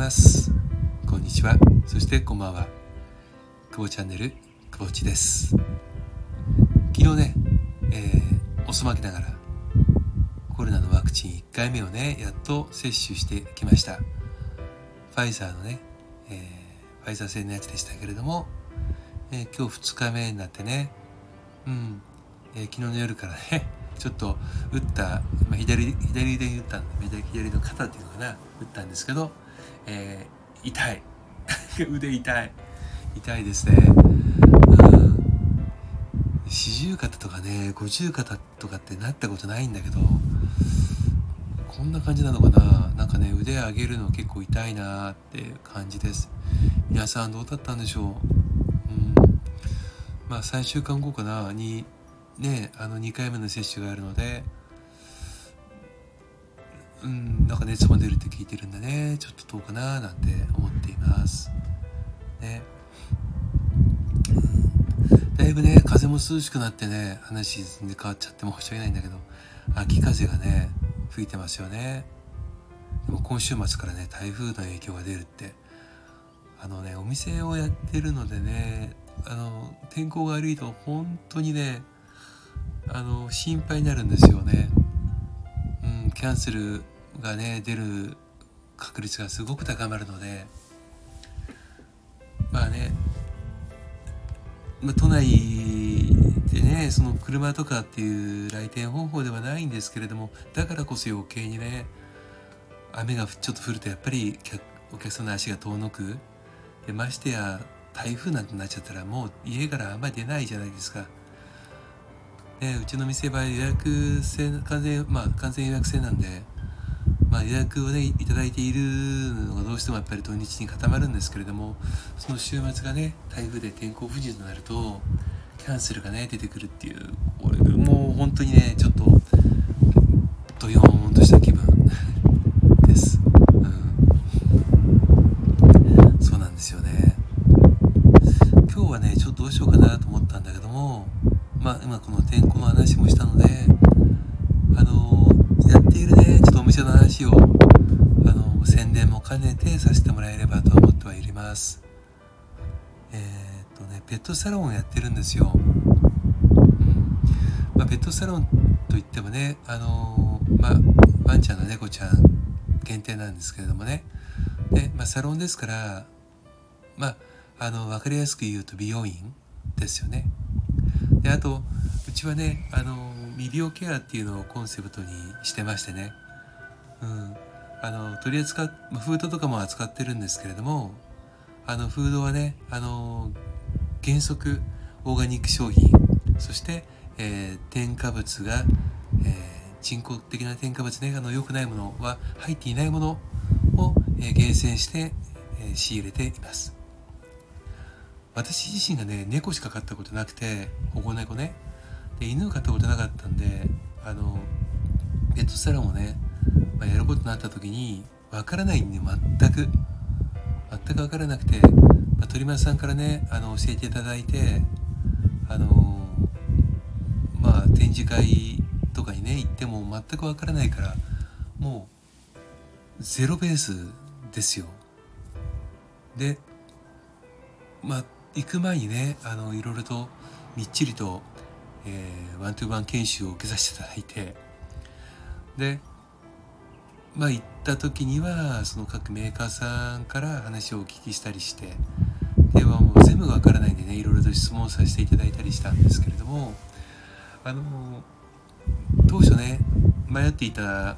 ます。こんにちは。そしてこんばんは。久保チャンネル久保ちです。昨日ね、遅まきながらコロナのワクチン1回目をねやっと接種してきました。ファイザーのね、ファイザー製のやつでしたけれども、今日2日目になってね、昨日の夜からねちょっと打った、左腕に打ったんで、左の肩っていうのかな、打ったんですけど、痛い腕痛いですね。四十肩とかね、五十肩とかってなったことないんだけど、こんな感じなのかな。なんかね、腕上げるの結構痛いなって感じです。皆さんどうだったんでしょう。3週間後かなにね、2回目の接種があるので、なんか熱も出るって聞いてるんでね、ちょっとどうかななんて思っていますね。だいぶね、風も涼しくなってね、話で変わっちゃって申し訳ないんだけど、秋風がね吹いてますよね。でも今週末からね、台風の影響が出るって、お店をやってるのでね、天候が悪いと本当にね、心配になるんですよね。キャンセルがね出る確率がすごく高まるので、都内でね、その車とかっていう来店方法ではないんですけれども、だからこそ余計にね、雨がちょっと降るとやっぱりお客さんの足が遠のく。でましてや台風なんてなっちゃったらもう家からあんまり出ないじゃないですか。うちの店は予約制、完全予約制なんで、予約をねいただいているのがどうしてもやっぱり土日に固まるんですけれども、その週末がね台風で天候不順となるとキャンセルがね出てくるっていう、これもう本当にねちょっとドヨーンとした気分です。そうなんですよね。今日はねちょっとどうしようかなと思ったんだけども、今この天候の話もしたので、やっているねちょっとお店の話を宣伝も兼ねてさせてもらえればと思ってはいます。ペットサロンをやってるんですよ。ペットサロンといってもね、ワンちゃんの猫ちゃん限定なんですけれどもね。で、サロンですから、分かりやすく言うと美容院ですよね。で、あとうちはね、未病ケアっていうのをコンセプトにしてましてね、取り扱っフードとかも扱ってるんですけれども、フードはね、原則オーガニック商品、そして、添加物が、人工的な添加物ね、良くないものは入っていないものを、厳選して、仕入れています。私自身がね猫しか飼ったことなくて、保護猫ね、で犬を飼ったことなかったんで、ペットサロンをね、やることになった時にわからないんで、全くわからなくて、鳥松さんからね教えていただいて、展示会とかにね行っても全くわからないから、もうゼロベースですよ。で行く前にねいろいろとみっちりと、ワントゥーワン研修を受けさせていただいて、で行った時にはその各メーカーさんから話をお聞きしたりして、ではもう全部がわからないんでね、いろいろと質問させていただいたりしたんですけれども、当初ね迷っていた、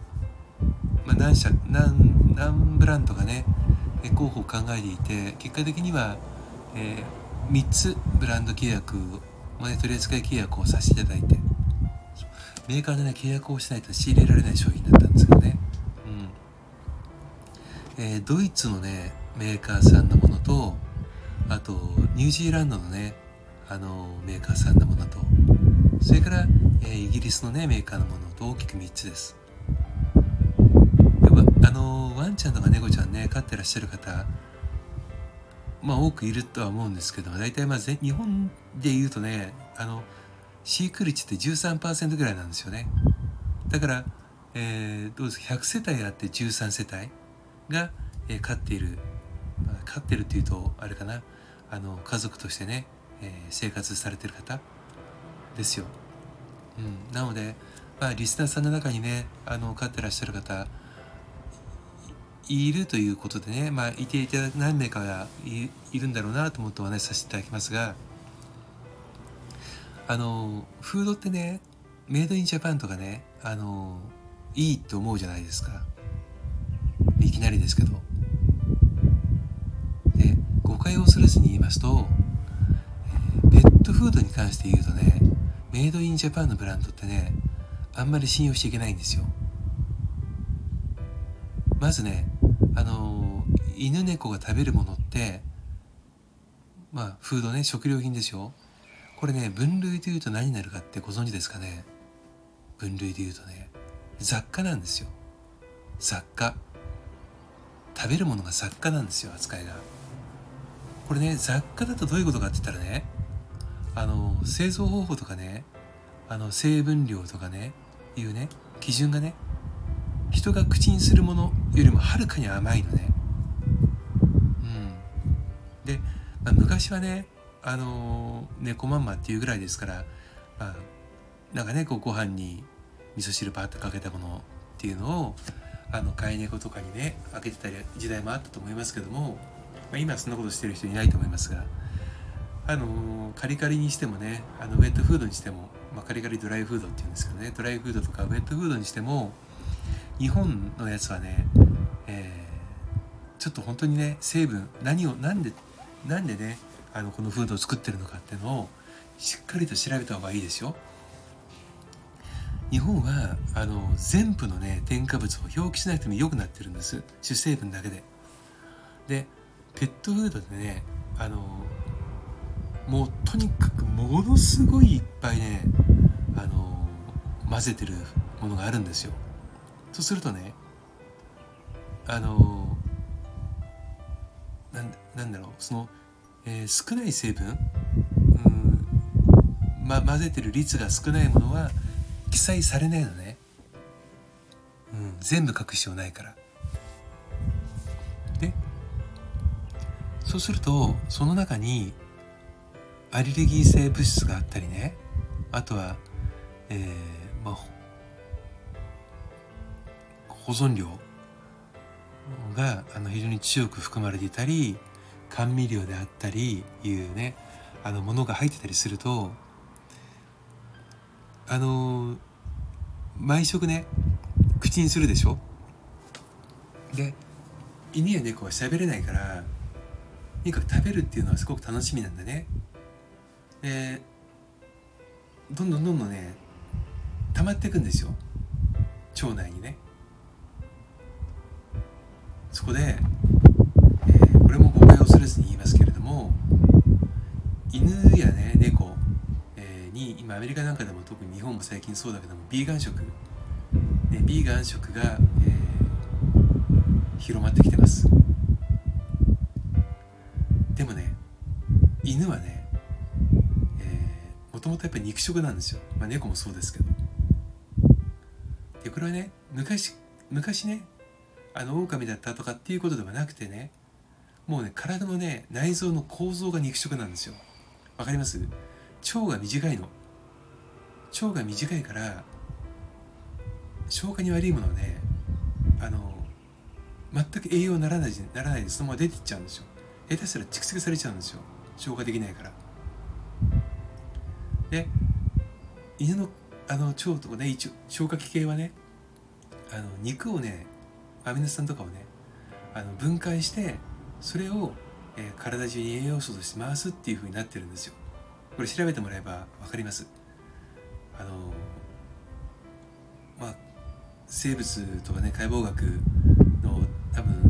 何ブランドがね候補を考えていて、結果的には、3つブランド契約を、取り扱い契約をさせていただいて、メーカーでね契約をしないと仕入れられない商品だったんですけどね、ドイツのねメーカーさんのものと、あとニュージーランドのねメーカーさんのものと、それから、イギリスのねメーカーのものと大きく3つです。でワンちゃんとか猫ちゃんね飼ってらっしゃる方、多くいるとは思うんですけど、大体日本でいうとね飼育率って 13% ぐらいなんですよね。だから、どうですか、100世帯あって13世帯が、 飼っている、飼ってるっていうとあれかな、家族としてね、生活されてる方ですよ。なので、リスナーさんの中にね飼ってらっしゃる方いるということでね、いていただく何名かがいるんだろうなと思ってお話しさせていただきますが、フードってね、メイドインジャパンとかね、いいと思うじゃないですか。いきなりですけど。で、誤解を恐れずに言いますと、ペットフードに関して言うとね、メイドインジャパンのブランドってね、あんまり信用しちゃいけないんですよ。まずね、犬猫が食べるものって、フードね、食料品ですよ。これね、分類で言うと何になるかってご存知ですかね。分類で言うとね、雑貨なんですよ。雑貨。食べるものが雑貨なんですよ、扱いが。これね、雑貨だとどういうことかって言ったらね、製造方法とかね、成分量とかね、いうね、基準がね、人が口にするものよりもはるかに甘いのね。で、昔はね、猫まんまっていうぐらいですから、なんかね、こうご飯に味噌汁パーッとかけたものっていうのを飼い猫とかにねあげてた時代もあったと思いますけども、今はそんなことしてる人いないと思いますが、カリカリにしてもね、ウェットフードにしても、カリカリドライフードっていうんですけどね、ドライフードとかウェットフードにしても日本のやつはね、ちょっと本当にね、成分なんでねこのフードを作ってるのかっていうのをしっかりと調べた方がいいですよ。日本は全部のね添加物を表記しなくても良くなってるんです、主成分だけで。でペットフードでねもうとにかくものすごいいっぱいね混ぜてるものがあるんですよ。そうするとねなんだろう、その、少ない成分、混ぜてる率が少ないものは記載されないのね。全部書く必要ないから。でそうするとその中にアレルギー性物質があったりね、あとは、保存料が非常に強く含まれていたり、甘味料であったりいうねものが入ってたりすると毎食ね口にするでしょ。で犬や猫は喋れないから、とにかく食べるっていうのはすごく楽しみなんだね。でどんどんね溜まっていくんですよ、腸内にね。そこで、これも誤解を恐れずに言いますけれども、犬やね猫、に今アメリカなんかでも特に日本も最近そうだけどもビーガン食、ビーガン食が、広まってきてます。でもね犬はねもともとやっぱり肉食なんですよ。猫もそうですけど。でこれはね昔ね狼だったとかっていうことではなくてね、もうね体のね内臓の構造が肉食なんですよ。わかります？腸が短いの。腸が短いから消化に悪いものをね全く栄養ならないでそのまま出ていっちゃうんですよ。下手したら蓄積されちゃうんですよ、消化できないから。で犬の腸とかね消化器系はね肉をねアミノ酸とかをね分解してそれを、体中に栄養素として回すっていう風になってるんですよ。これ調べてもらえば分かります。生物とかね解剖学の多分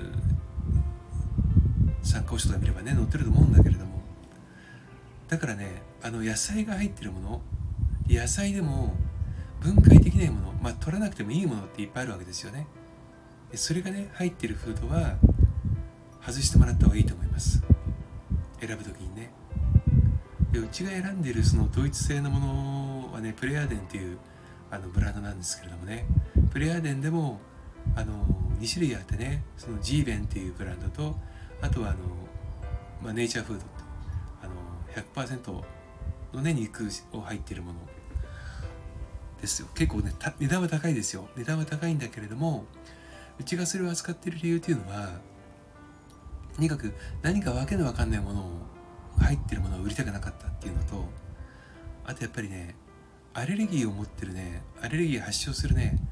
参考書とか見ればね載ってると思うんだけれども、だからね野菜が入ってるもの、野菜でも分解できないもの、取らなくてもいいものっていっぱいあるわけですよね。でそれがね入ってるフードは外してもらった方がいいと思います、選ぶときにね。でうちが選んでいるそのドイツ製のものはねプレアデンっていうブランドなんですけれどもね、プレアデンでも 2種類あってね、そのジーベンっていうブランドと、あとはネイチャーフードって100% のね肉を入っているものですよ。結構ね値段は高いですよ。値段は高いんだけれども、うちがそれを扱っている理由っていうのは、とにかく何かわけのわかんないものを入ってるものを売りたくなかったっていうのと、あとやっぱりね、アレルギーを持ってるね、アレルギー発症するね、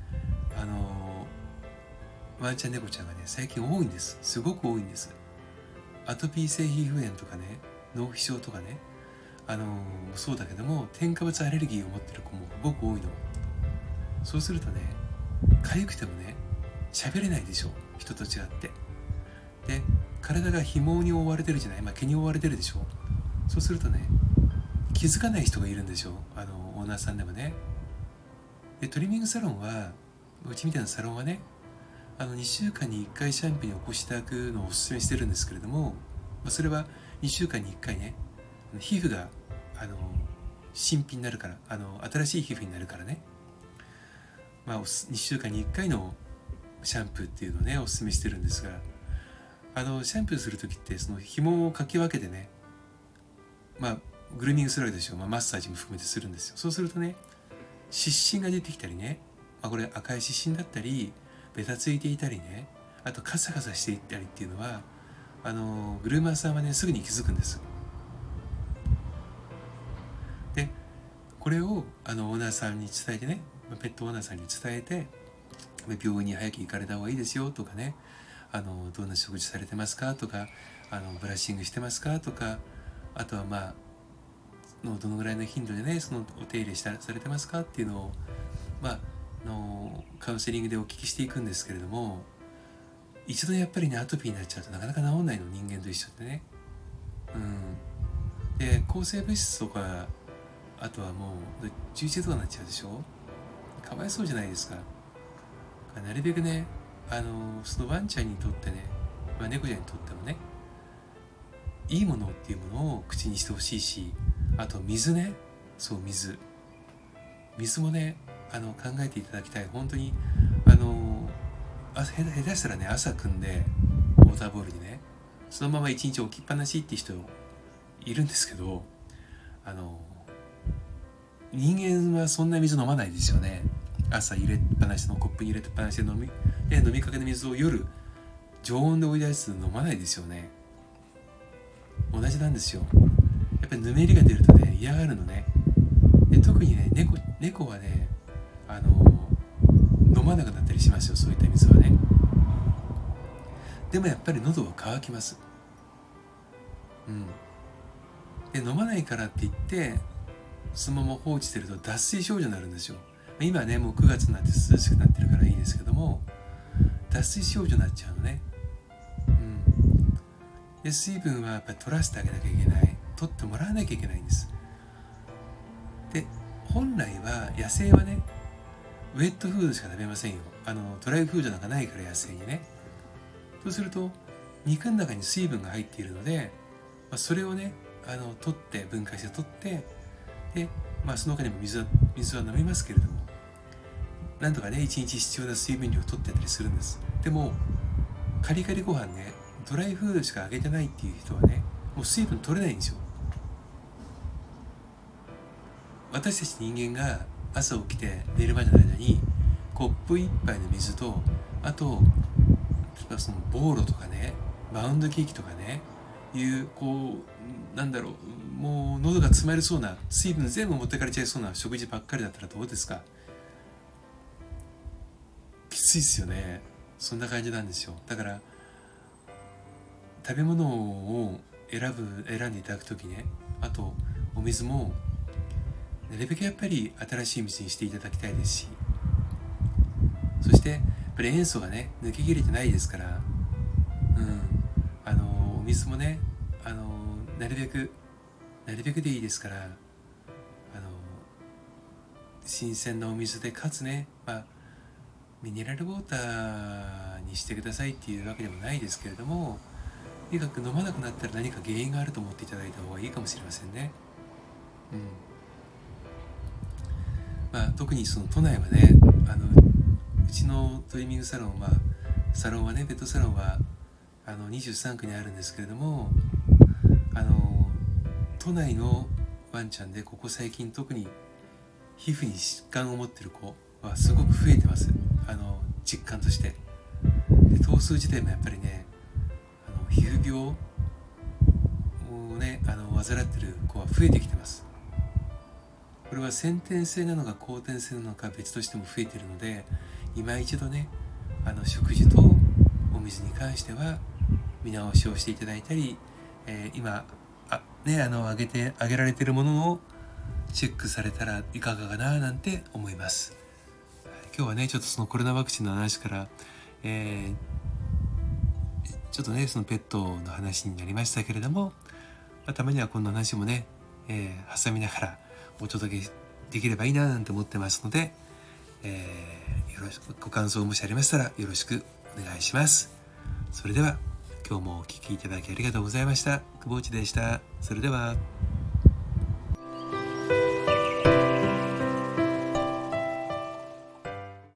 ワンちゃん猫ちゃんがね最近多いんです。すごく多いんです。アトピー性皮膚炎とかね、脳皮症とかね、そうだけども添加物アレルギーを持ってる子もすごく多いの。そうするとね、痒くてもね喋れないでしょ、人と違って。で、体が紐に覆われてるじゃない、毛に覆われてるでしょ。そうするとね、気づかない人がいるんでしょ、オーナーさんでもね。で、トリミングサロンは、うちみたいなサロンはね、2週間に1回シャンプーにお越しいただくのをお勧めしてるんですけれども、それは2週間に1回ね、皮膚が新品になるから、新しい皮膚になるからね、2週間に1回のシャンプーっていうのをねお勧めしてるんですが、シャンプーする時ってその紐をかき分けてね、グルーミングするわけでしょ。マッサージも含めてするんですよ。そうするとね、湿疹が出てきたりね、これ赤い湿疹だったりベタついていたりね、あとカサカサしていったりっていうのはグルーマーさんはねすぐに気づくんです。で、これをオーナーさんに伝えてね、ペットオーナーさんに伝えて、病院に早く行かれた方がいいですよとかね、どんな食事されてますかとか、ブラッシングしてますかとか、あとはどのぐらいの頻度でねそのお手入れされてますかっていうのをカウンセリングでお聞きしていくんですけれども、一度やっぱりねアトピーになっちゃうとなかなか治んないの、人間と一緒でね。で、抗生物質とか、あとはもう中性とかになっちゃうでしょ。かわいそうじゃないですか。なるべくねそのワンちゃんにとってね、猫ちゃんにとってもね、いいものっていうものを口にしてほしいし、あと水ね、そう、水もね考えていただきたい。本当に下手したらね朝汲んでウォーターボールにねそのまま一日置きっぱなしって人いるんですけど、人間はそんな水飲まないですよね。朝入れっぱなしのコップに入れっぱなしで飲みかけの水を夜常温で追い出して飲まないですよね。同じなんですよ。やっぱりぬめりが出るとね嫌がるのね。で、特にね猫はね飲まなくなったりしますよ、そういった水はね。でもやっぱり喉は渇きます。で、飲まないからって言ってそのまま放置してると脱水症状になるんですよ。今ねもう9月になって涼しくなってるからいいですけども、脱水症状になっちゃうのね。で、水分はやっぱり取らせてあげなきゃいけない、取ってもらわなきゃいけないんです。で、本来は野生はねウェットフードしか食べませんよ。ドライフードなんかないから、野生にね。そうすると肉の中に水分が入っているので、それをね取って分解して取って、で、その他にも水は飲みますけれども、なんとかね1日必要な水分量を取ってたりするんです。でもカリカリご飯ね、ドライフードしかあげてないっていう人はねもう水分取れないんですよ。私たち人間が朝起きて寝るまでの間にコップ一杯の水と、あとそのボーロとかね、マウンドケーキとかね、いうもう喉が詰まりそうな、水分全部持ってかれちゃいそうな食事ばっかりだったらどうですか。きついですよね。そんな感じなんですよ。だから食べ物を選んでいただくときね、あとお水もなるべくやっぱり新しい水にしていただきたいですし、そしてやっぱり塩素がね抜けきれてないですから、お水もねなるべくでいいですから、新鮮なお水で、かつね、ミネラルウォーターにしてくださいっていうわけでもないですけれども、とにかく飲まなくなったら何か原因があると思っていただいた方がいいかもしれませんね。特にその都内はね、うちのトリミングサロンはサロンはね、ペットサロンは23区にあるんですけれども、都内のワンちゃんでここ最近特に皮膚に疾患を持っている子はすごく増えてます。実感として。で、頭数自体もやっぱりね、皮膚病をね患ってる子は増えてきてます。これは先天性なのか後天性なのか別としても増えているので、今一度ね食事とお水に関しては見直しをしていただいたり、今あげられているものをチェックされたらいかがかななんて思います。今日はねちょっとそのコロナワクチンの話から、ちょっとねそのペットの話になりましたけれども、たまにはこんな話もね、挟みながらお届けできればいいななんて思ってますので、よろしくご感想もしありましたらよろしくお願いします。それでは今日もお聞きいただきありがとうございました。久保内でした。それでは。